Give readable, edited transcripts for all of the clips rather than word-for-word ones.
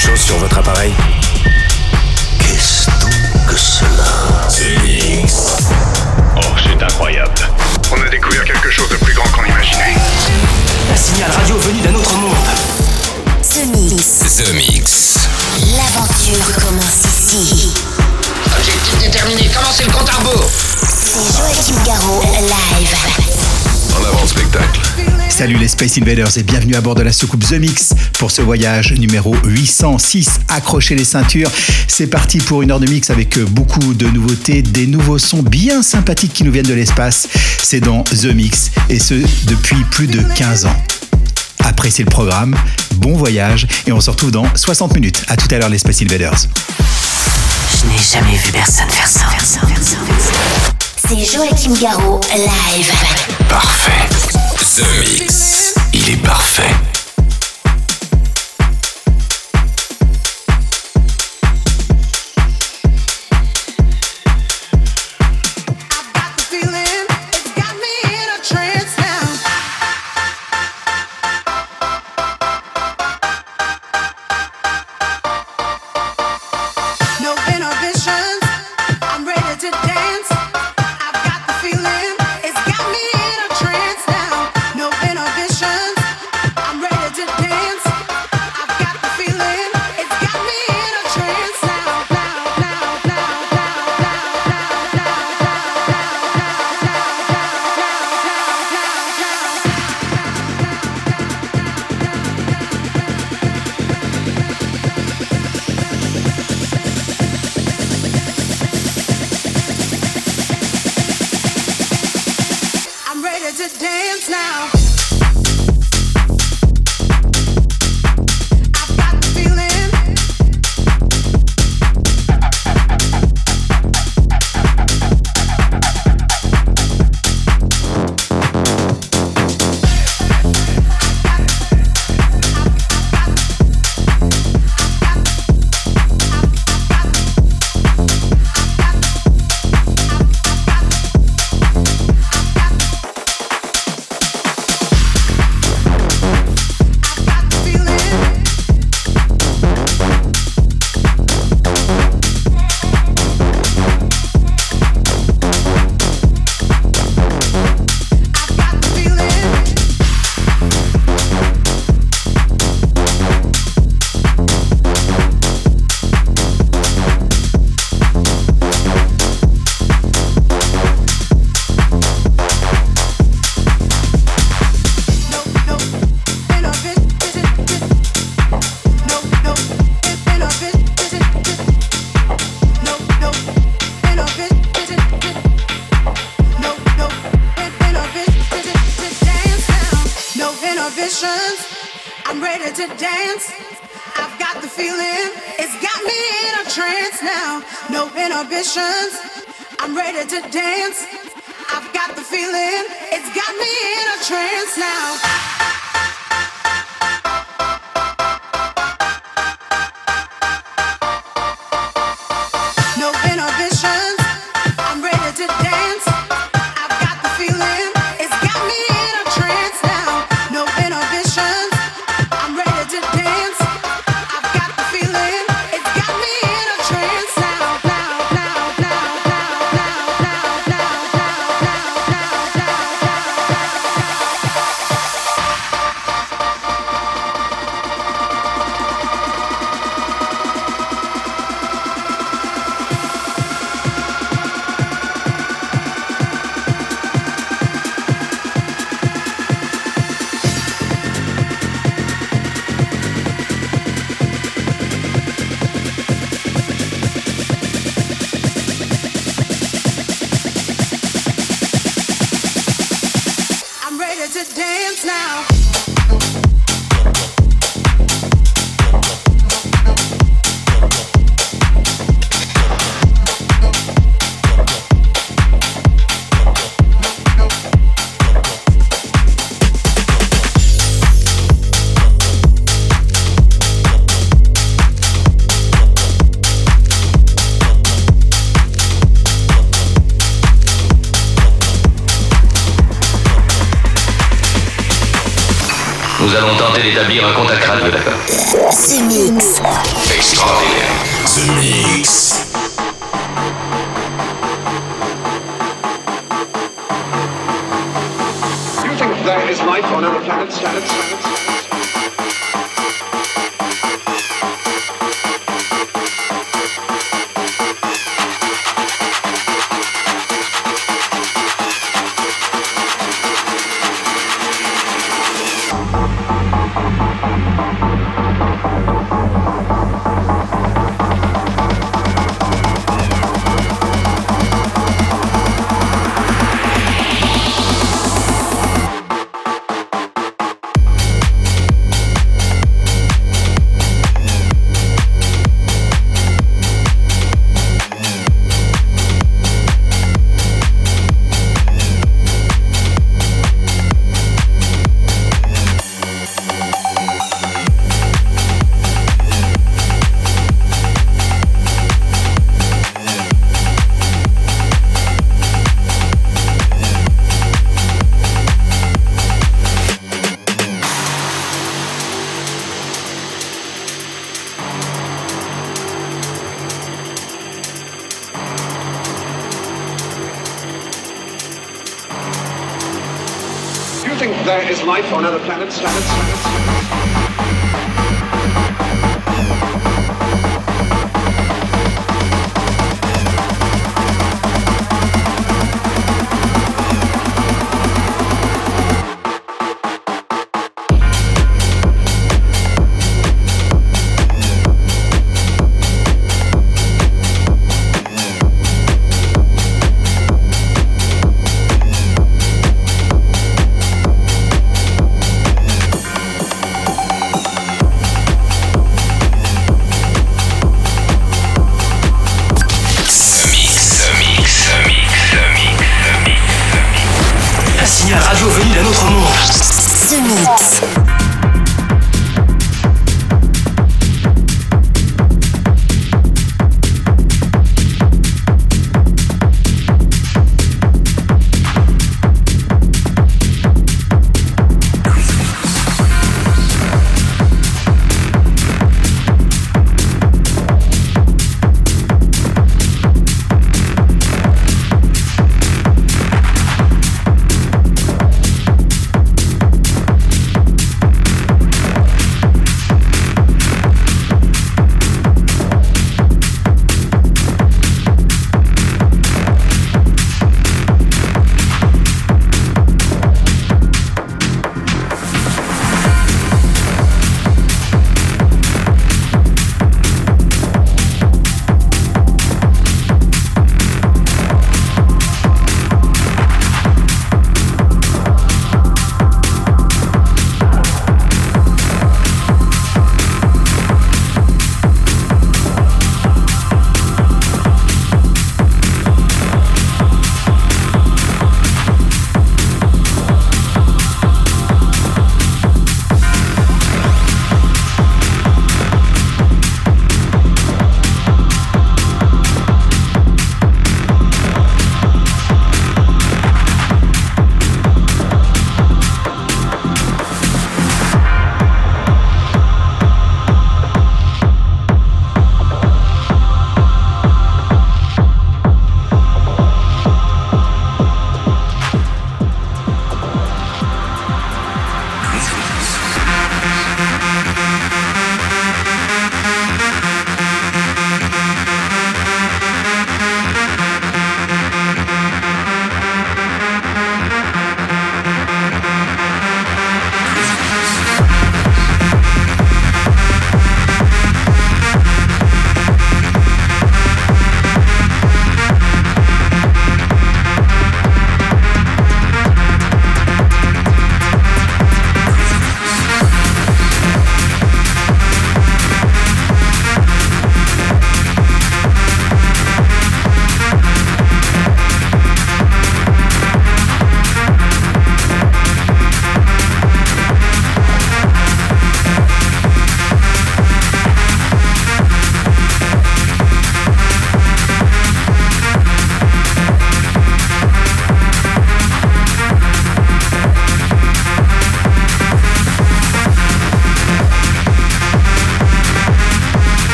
chose sur votre appareil? Qu'est-ce donc que cela? The Mix. Oh, c'est incroyable. On a découvert quelque chose de plus grand qu'on imaginait. Un signal radio venu d'un autre monde. The Mix. The Mix. L'aventure commence ici. Objectif déterminé, commencez le compte à rebours. C'est Joachim Garraud, live. En avant le spectacle. Salut les Space Invaders et bienvenue à bord de la soucoupe The Mix pour ce voyage numéro 806. Accrochez les ceintures, c'est parti pour une heure de mix avec beaucoup de nouveautés, des nouveaux sons bien sympathiques qui nous viennent de l'espace. C'est dans The Mix et ce depuis plus de 15 ans. Appréciez le programme, bon voyage et on se retrouve dans 60 minutes. À tout à l'heure les Space Invaders. Je n'ai jamais vu personne faire ça. C'est Joachim Garraud, live. Parfait. The Mix. Il est parfait. Nous allons tenter d'établir un contact radio, d'accord? The Mix. Extraordinaire. The Mix. You think there is life on other planets? You think there is life on other planets? Un signal radio venu d'un autre monde. The Mix.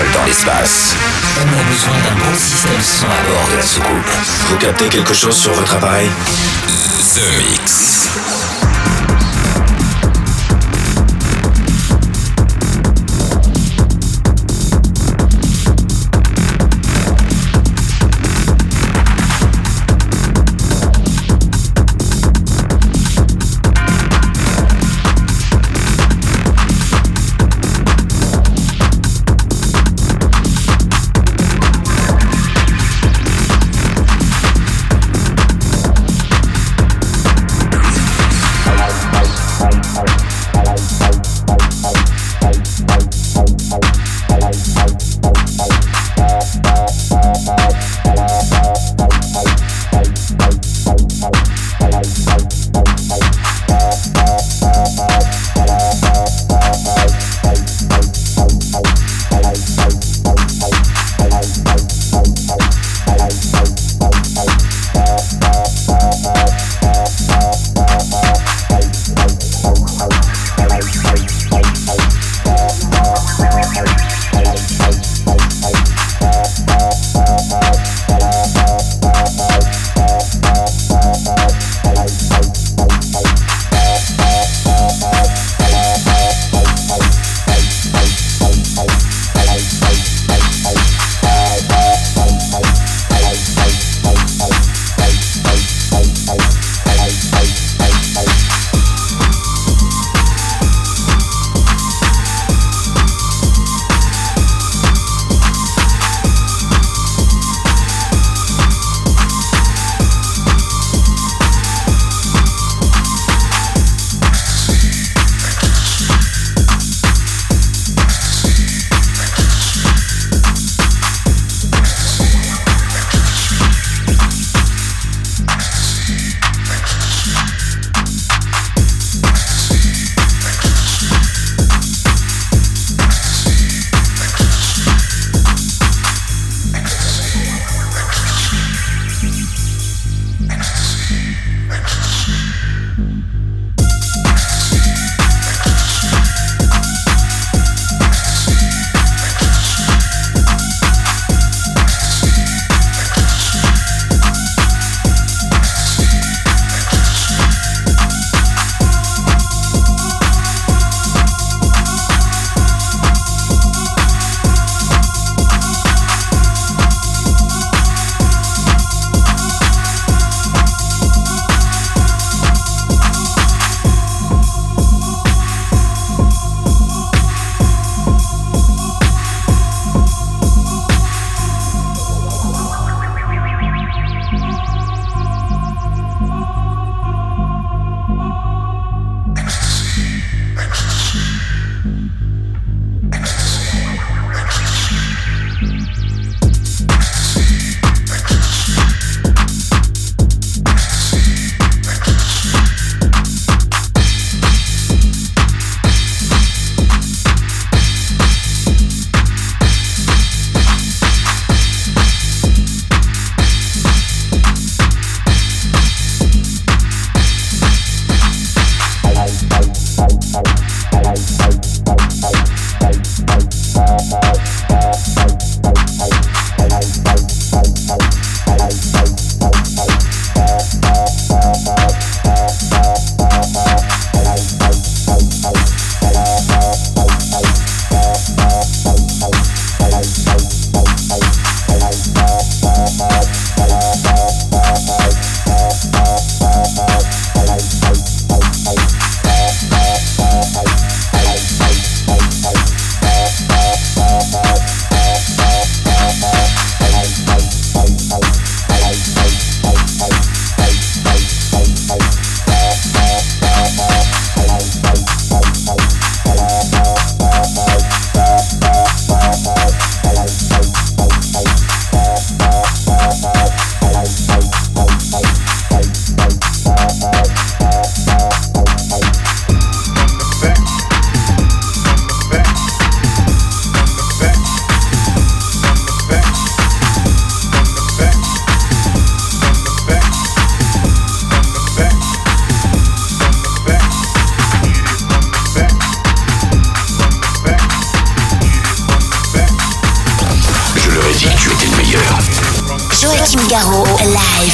dans l'espace. On a besoin d'un bon système son à bord de la soucoupe. Vous captez quelque chose sur votre appareil? The Mix.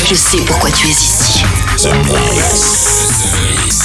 Je sais pourquoi tu es ici. The Mix.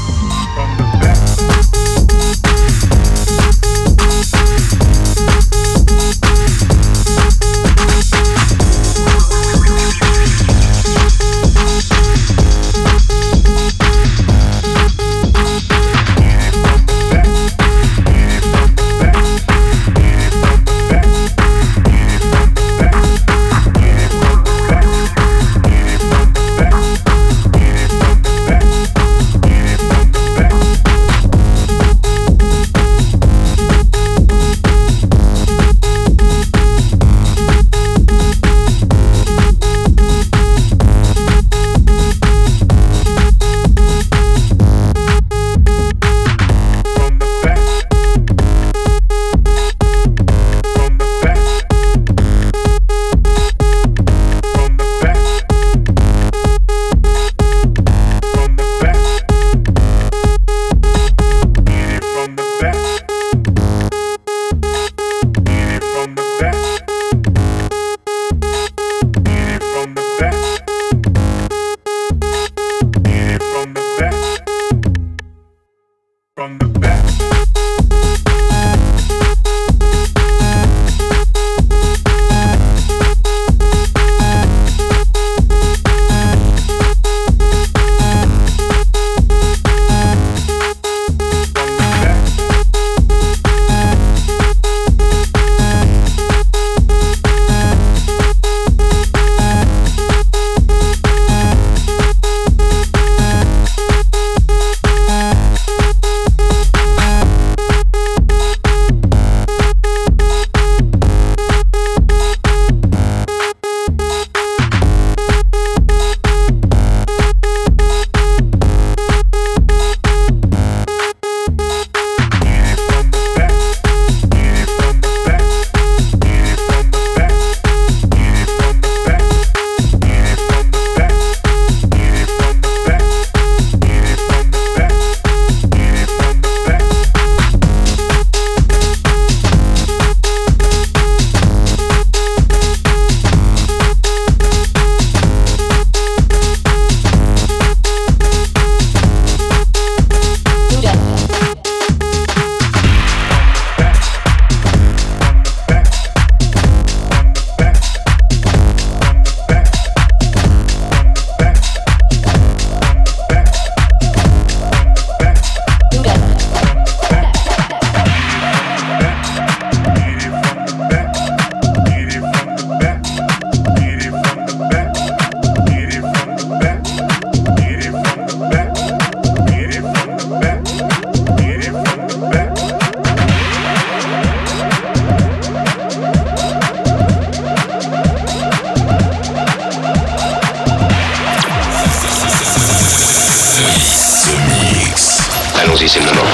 Allons-y, c'est le moment.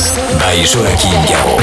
By Joachim Garraud.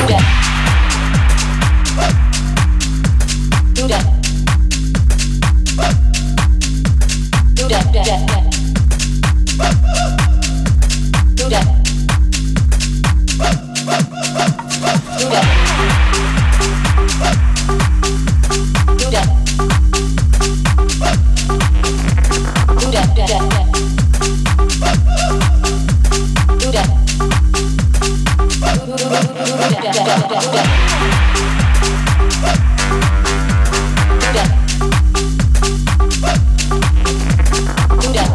Do that.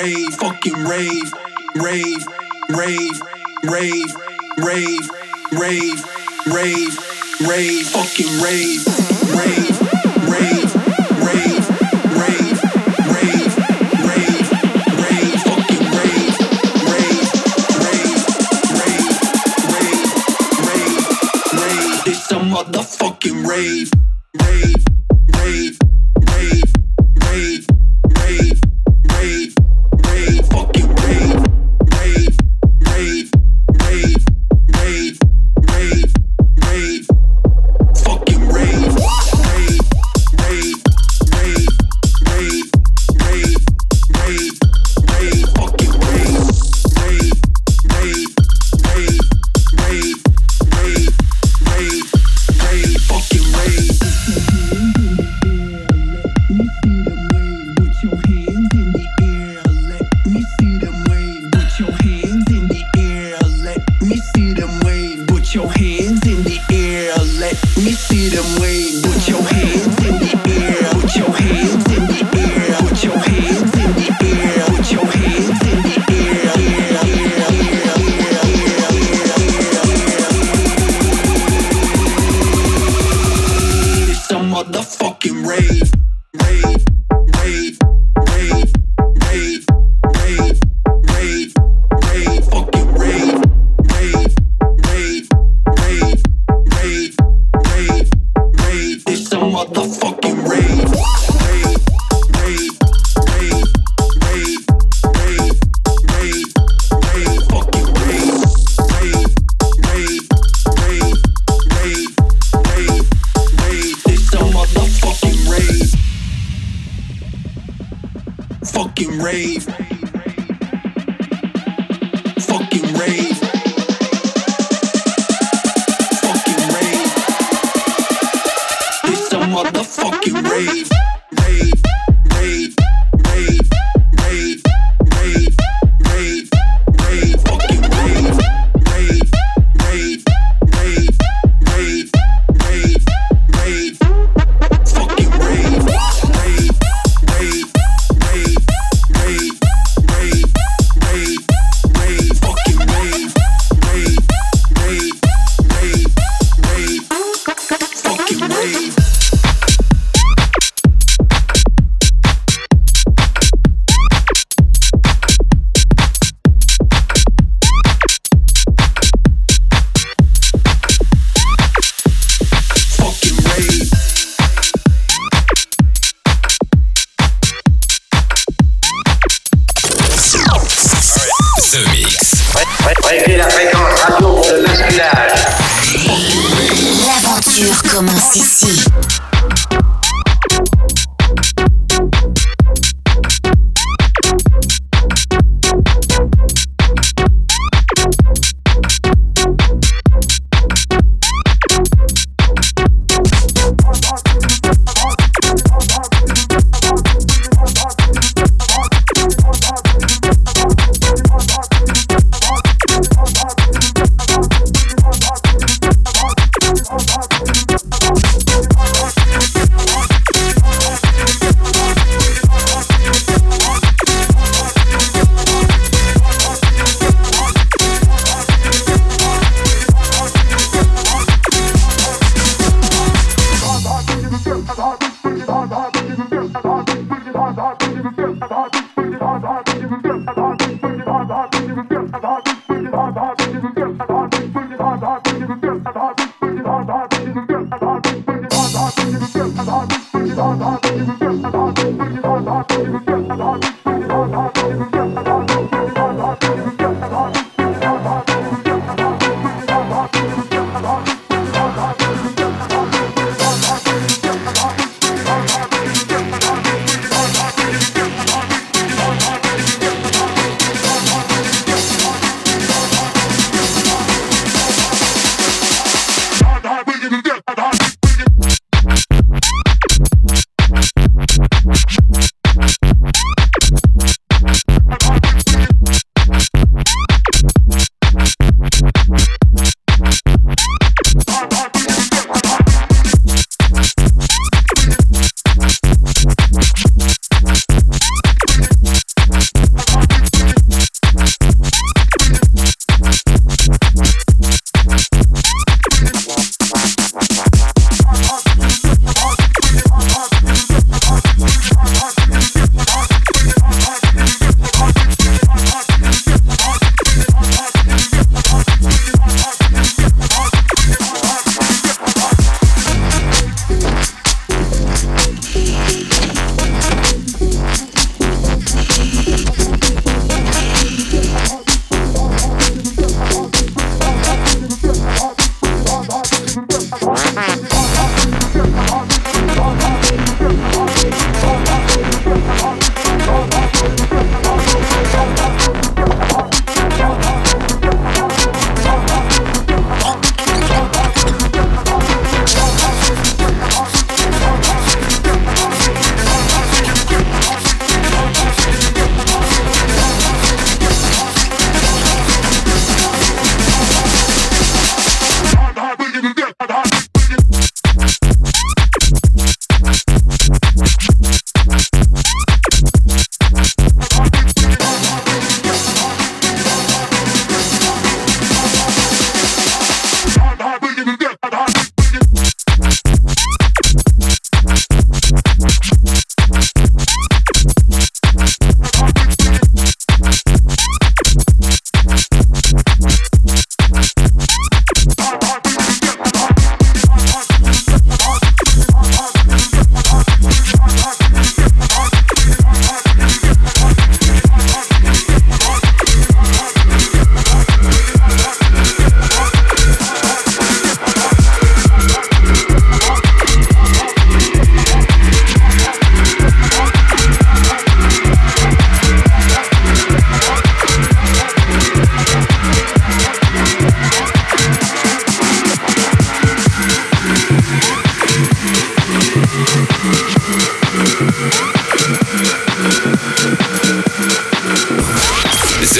rave, fucking rave, rave, rave, rave, rave, rave, rave, rave, fucking rave, rave, rave, rave, rave, rave, rave, rave, fucking rave, rave, rave, rave, rave, rave, rave. This a motherfucking rave, rave, rave, rave, rave, rave, rave, rave, fucking rave, rave, rave, rave, rave, rave, rave, fucking rave, rave, rave, rave, rave, rave, rave, rave, fucking rave, rave, rave, rave, rave, rave, rave, rave, fucking rave. Put your hands in the air, let me see them wave. Put your hands in the air, put your hands in the air, put your hands in the air, put your hands in the air, it's a motherfucking rave, rave, rave, rave, rave, rave, rave, rave, fucking rave, rave, rave, rave, rave, rave, rave. It's a motherfucking rave, rave, rave, rave, rave, rave, rave, rave, fucking rave, rave, rave, rave, rave, rave, rave. It's a motherfucking rave, fucking rave, fucking rave. Fucking rave. It's a motherfucking rave. Rave, rave, rave, rave, rave, rave, rave, fucking rave. Rave, rave, rave, rave, rave, rave, fucking rave. Rave, rave, rave, rave, rave, rave, rave, fucking rave. Rave, rave, rave, rave, fucking rave. Fucking rave. The Mix. Réglez la fréquence radio pour le basculage. L'aventure commence ici.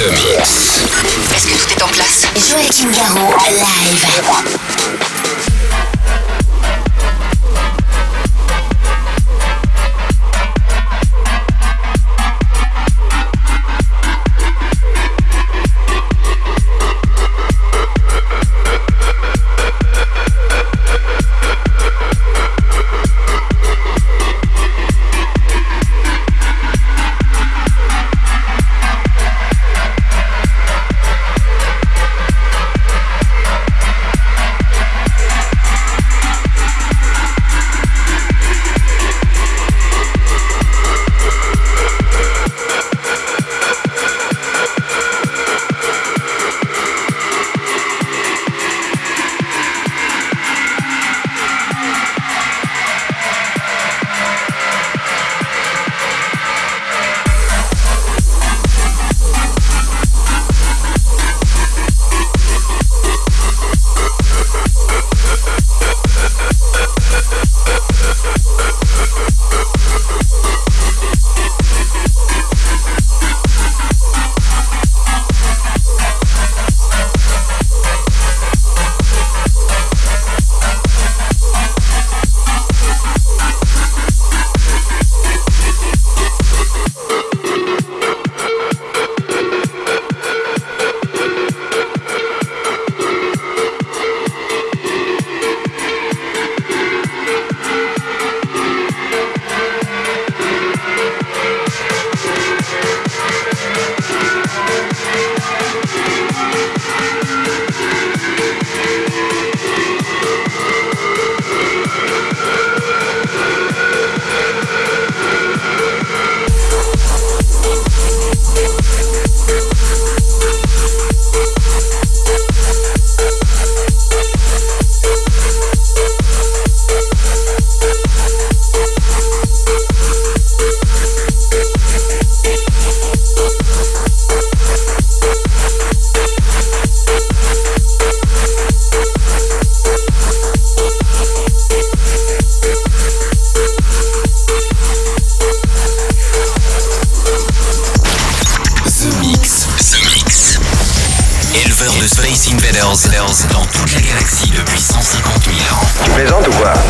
The Mix. Est-ce que tout est en place? Joachim Garraud, live. Dans toute la galaxie depuis 150 000 ans. Tu plaisantes ou quoi?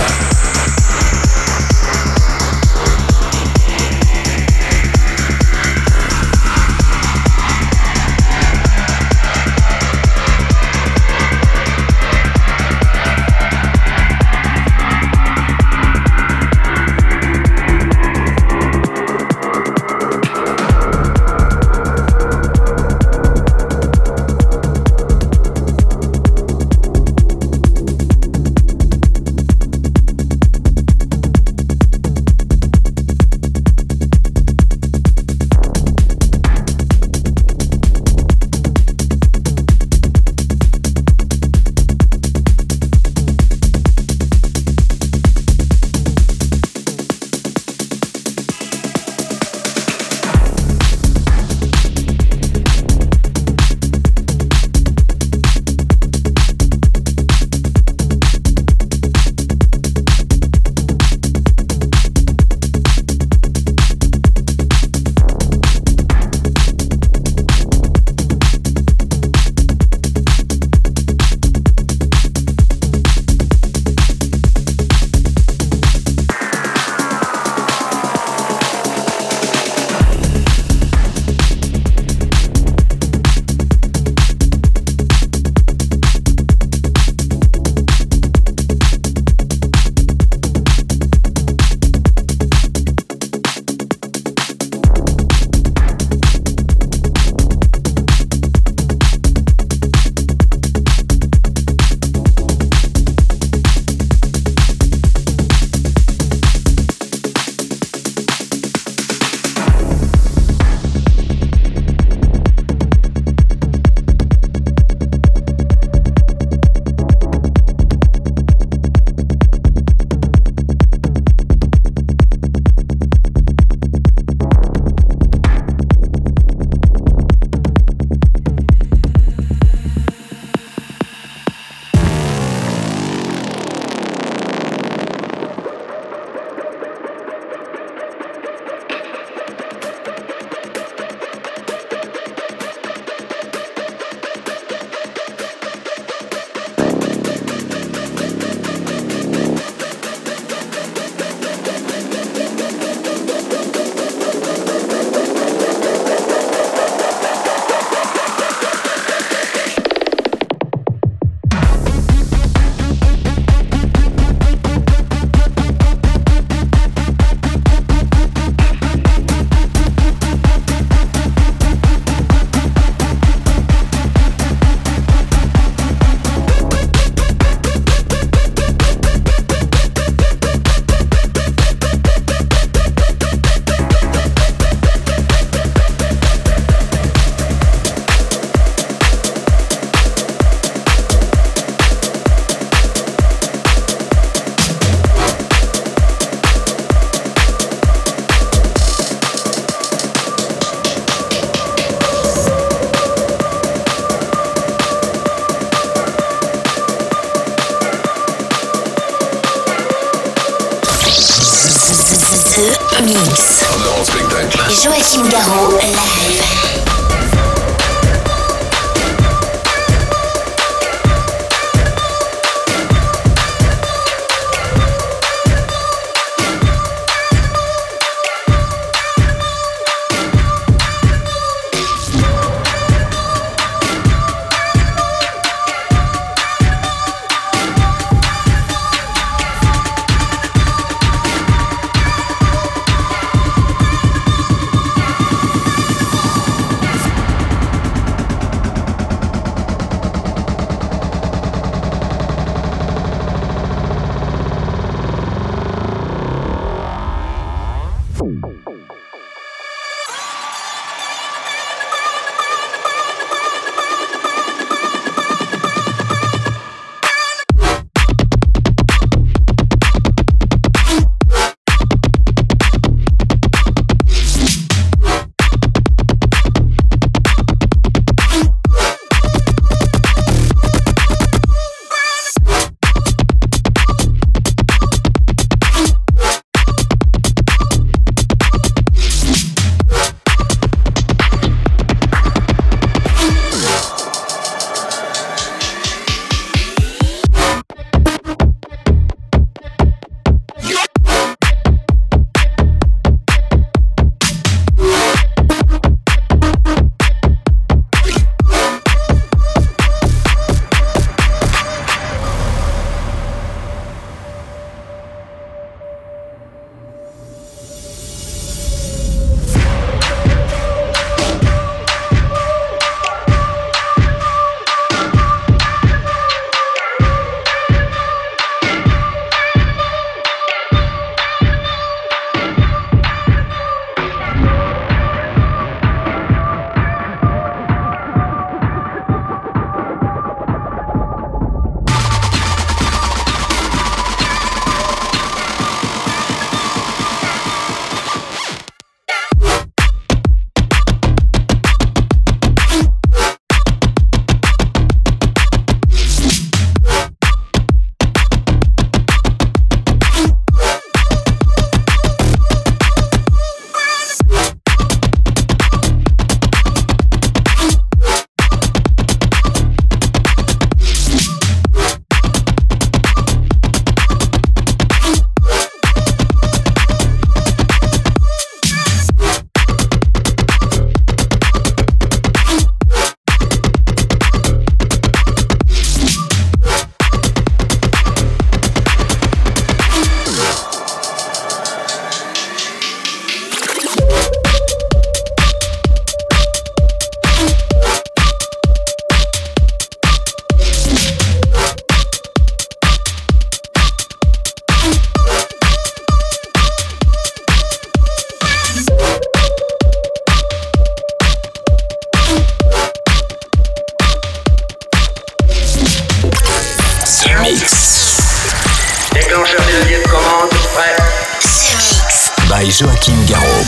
Mix. En avant spectacle. Joachim Garraud, live. Déclencheur des leviers de commande, prêt. The Mix. By Joachim Garraud.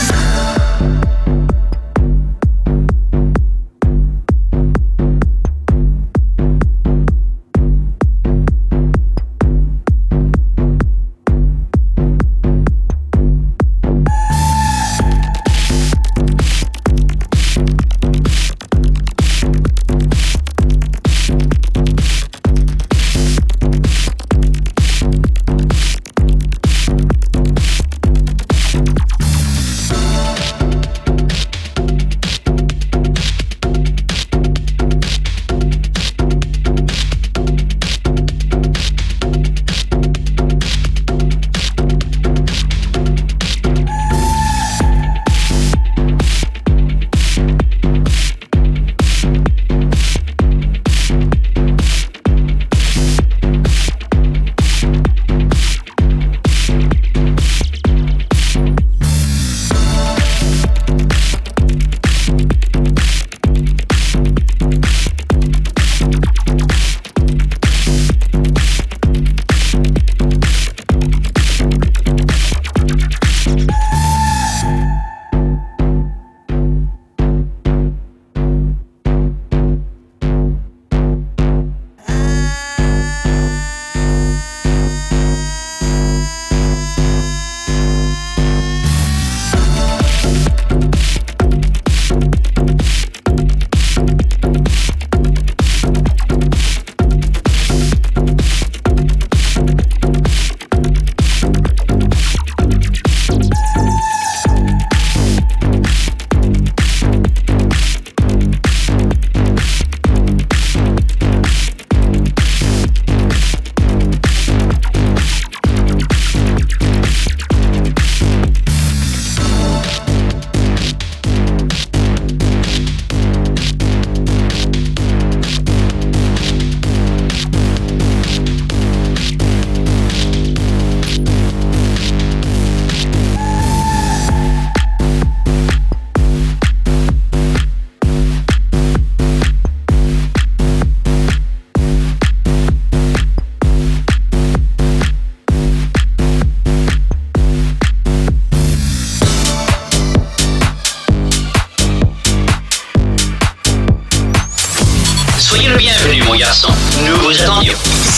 Soyez le bienvenu, mon garçon. Nous vous attendions.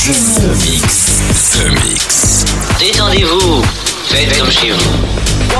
The Mix. Détendez-vous. Faites comme chez vous.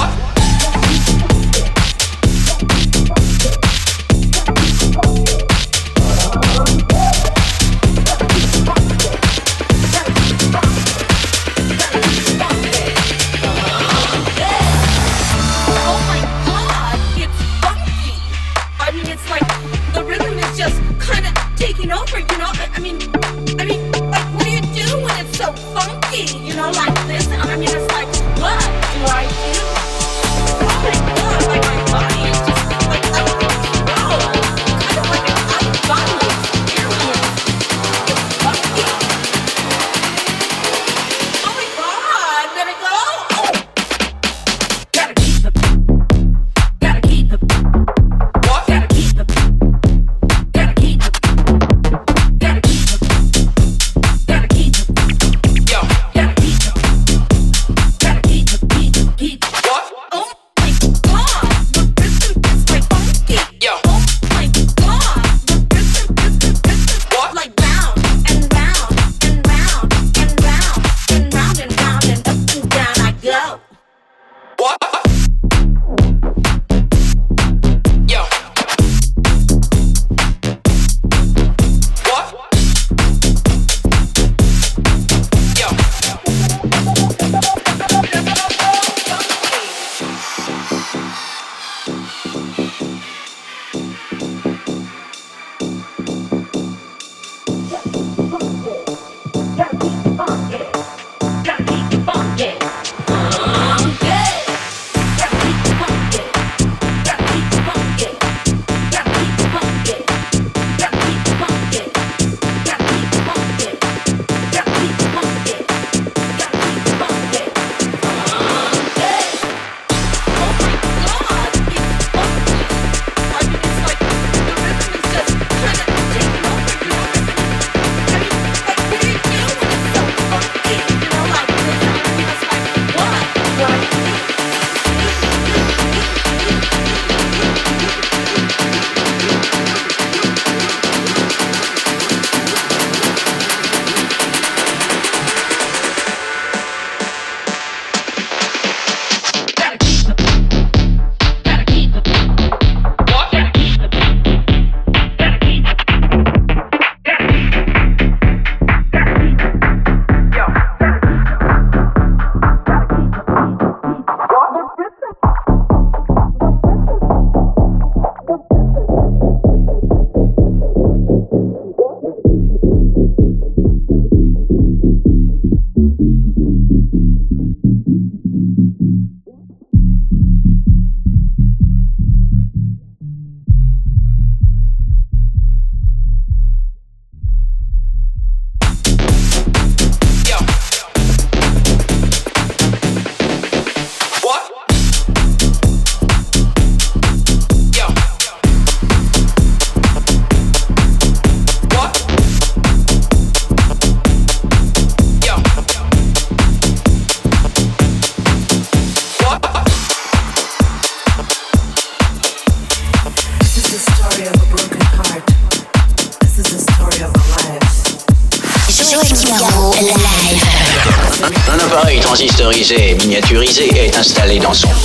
Un appareil transistorisé et miniaturisé est installé dans son...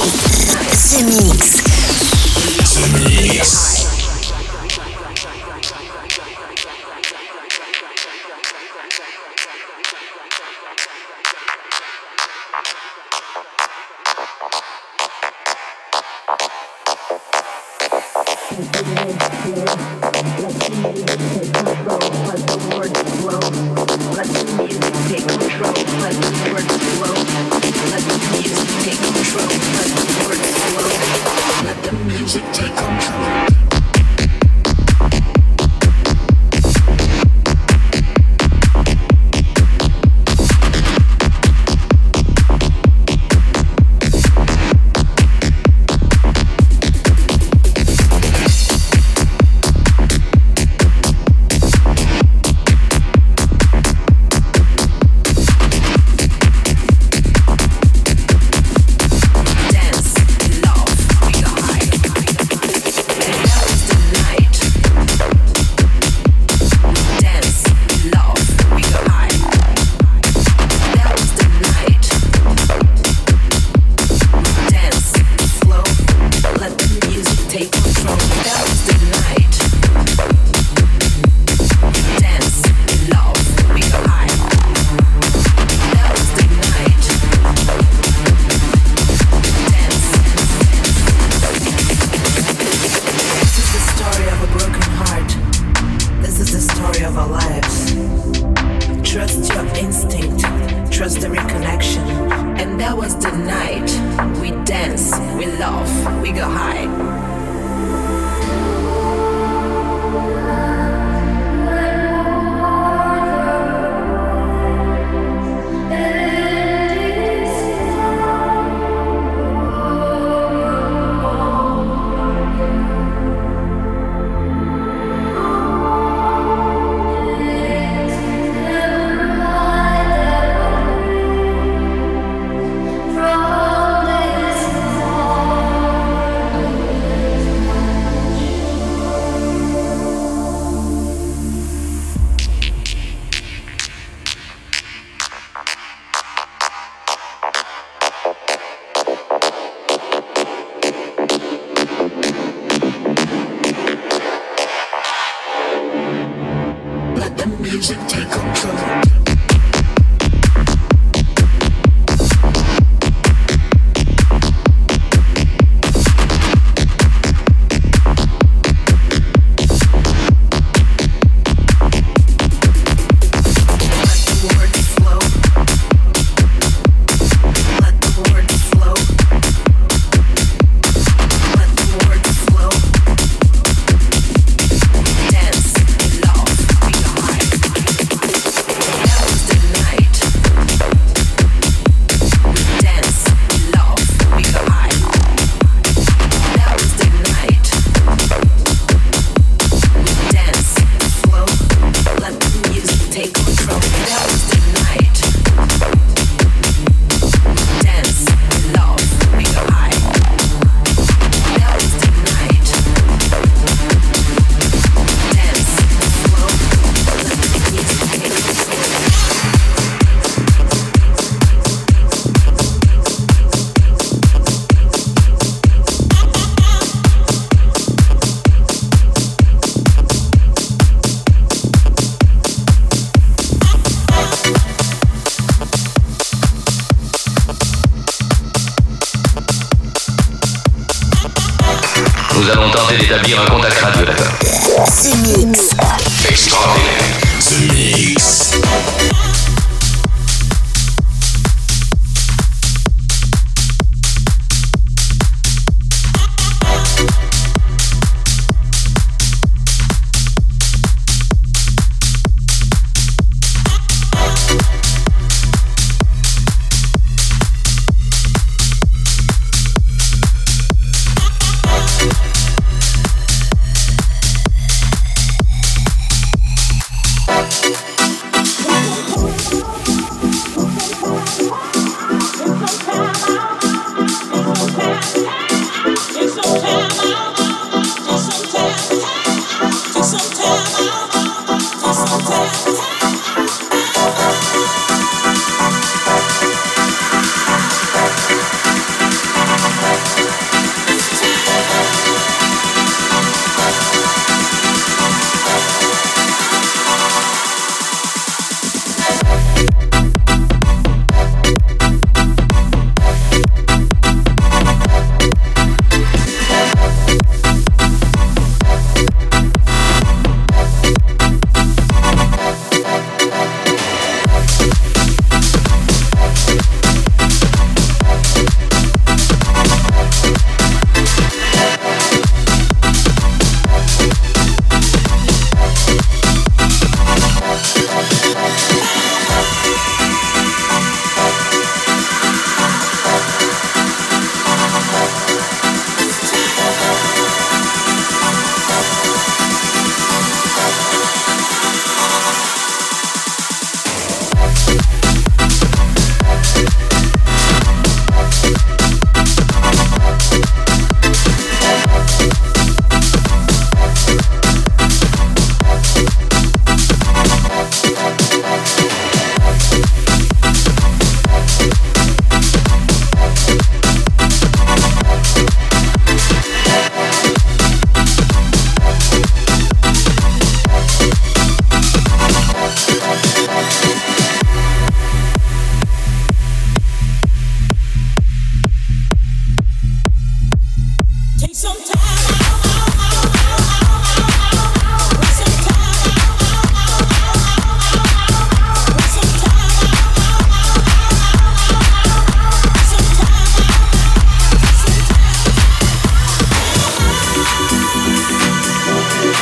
The Mix. The Mix. the recollection, and that was the night. We dance, we laugh, we go high. Nous allons tenter d'établir un contact radio, d'accord? The Mix. Extraordinaire. The Mix.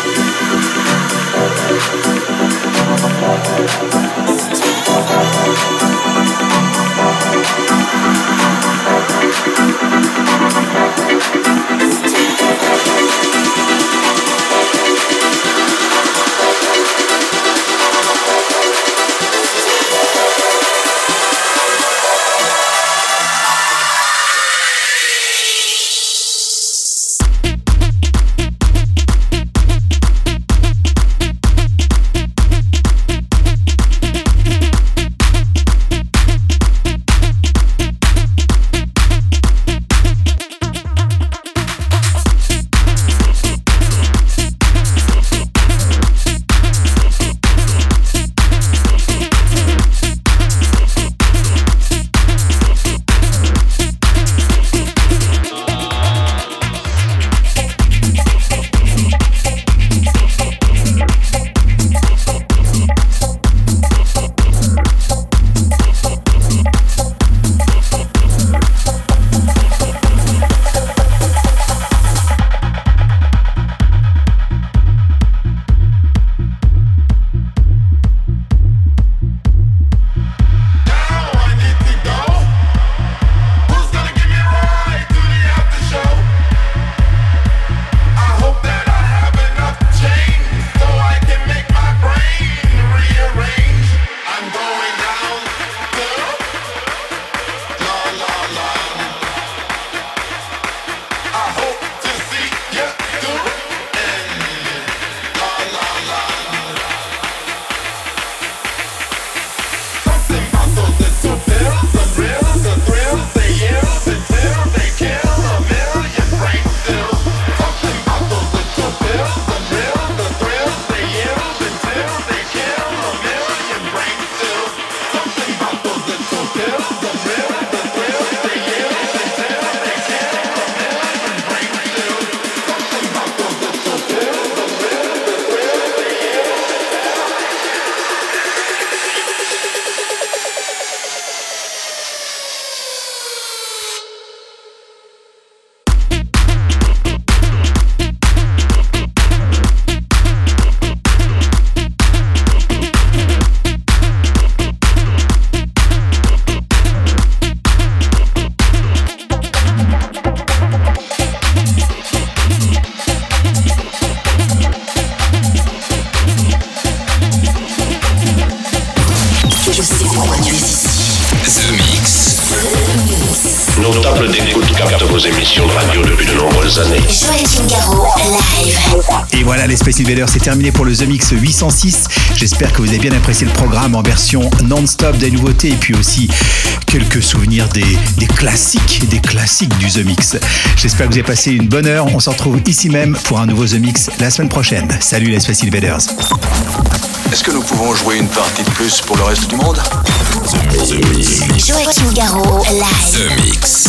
Nos tables d'écoute captent vos émissions de radio depuis de nombreuses années. Joachim Garraud, live. Et voilà, les Space Invaders, c'est terminé pour le The Mix 806. J'espère que vous avez bien apprécié le programme en version non-stop, des nouveautés et puis aussi quelques souvenirs des classiques du The Mix. J'espère que vous avez passé une bonne heure. On se retrouve ici même pour un nouveau The Mix la semaine prochaine. Salut les Space Invaders. Est-ce que nous pouvons jouer une partie de plus pour le reste du monde? Joachim Garraud, live. The Mix.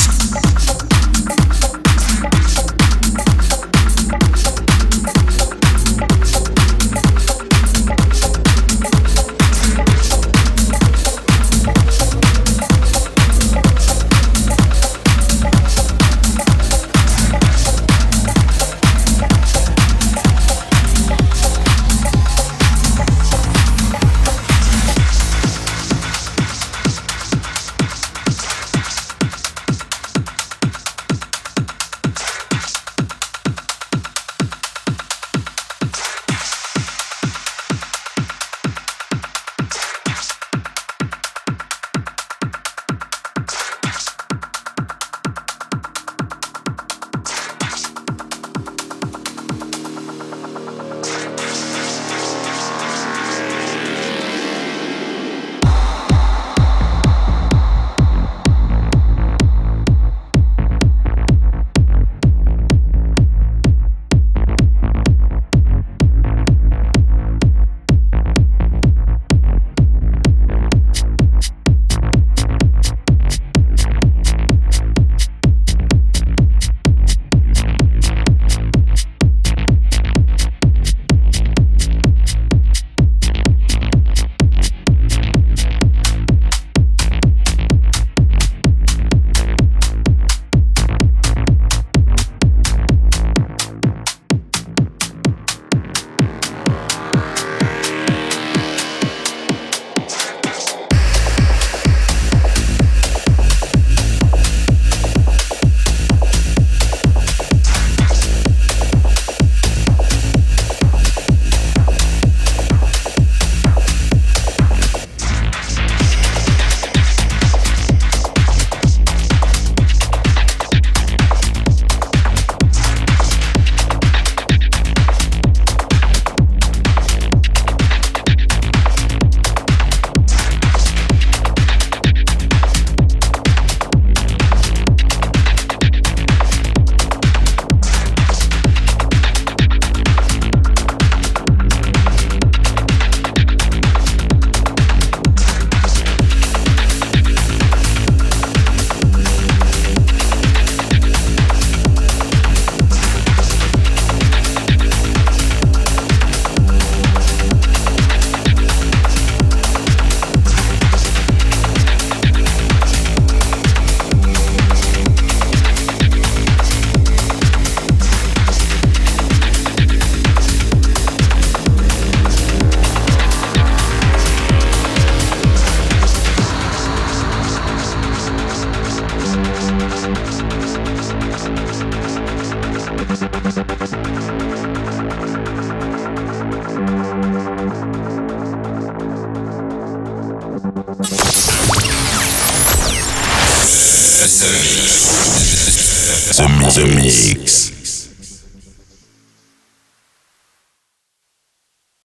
The Mix.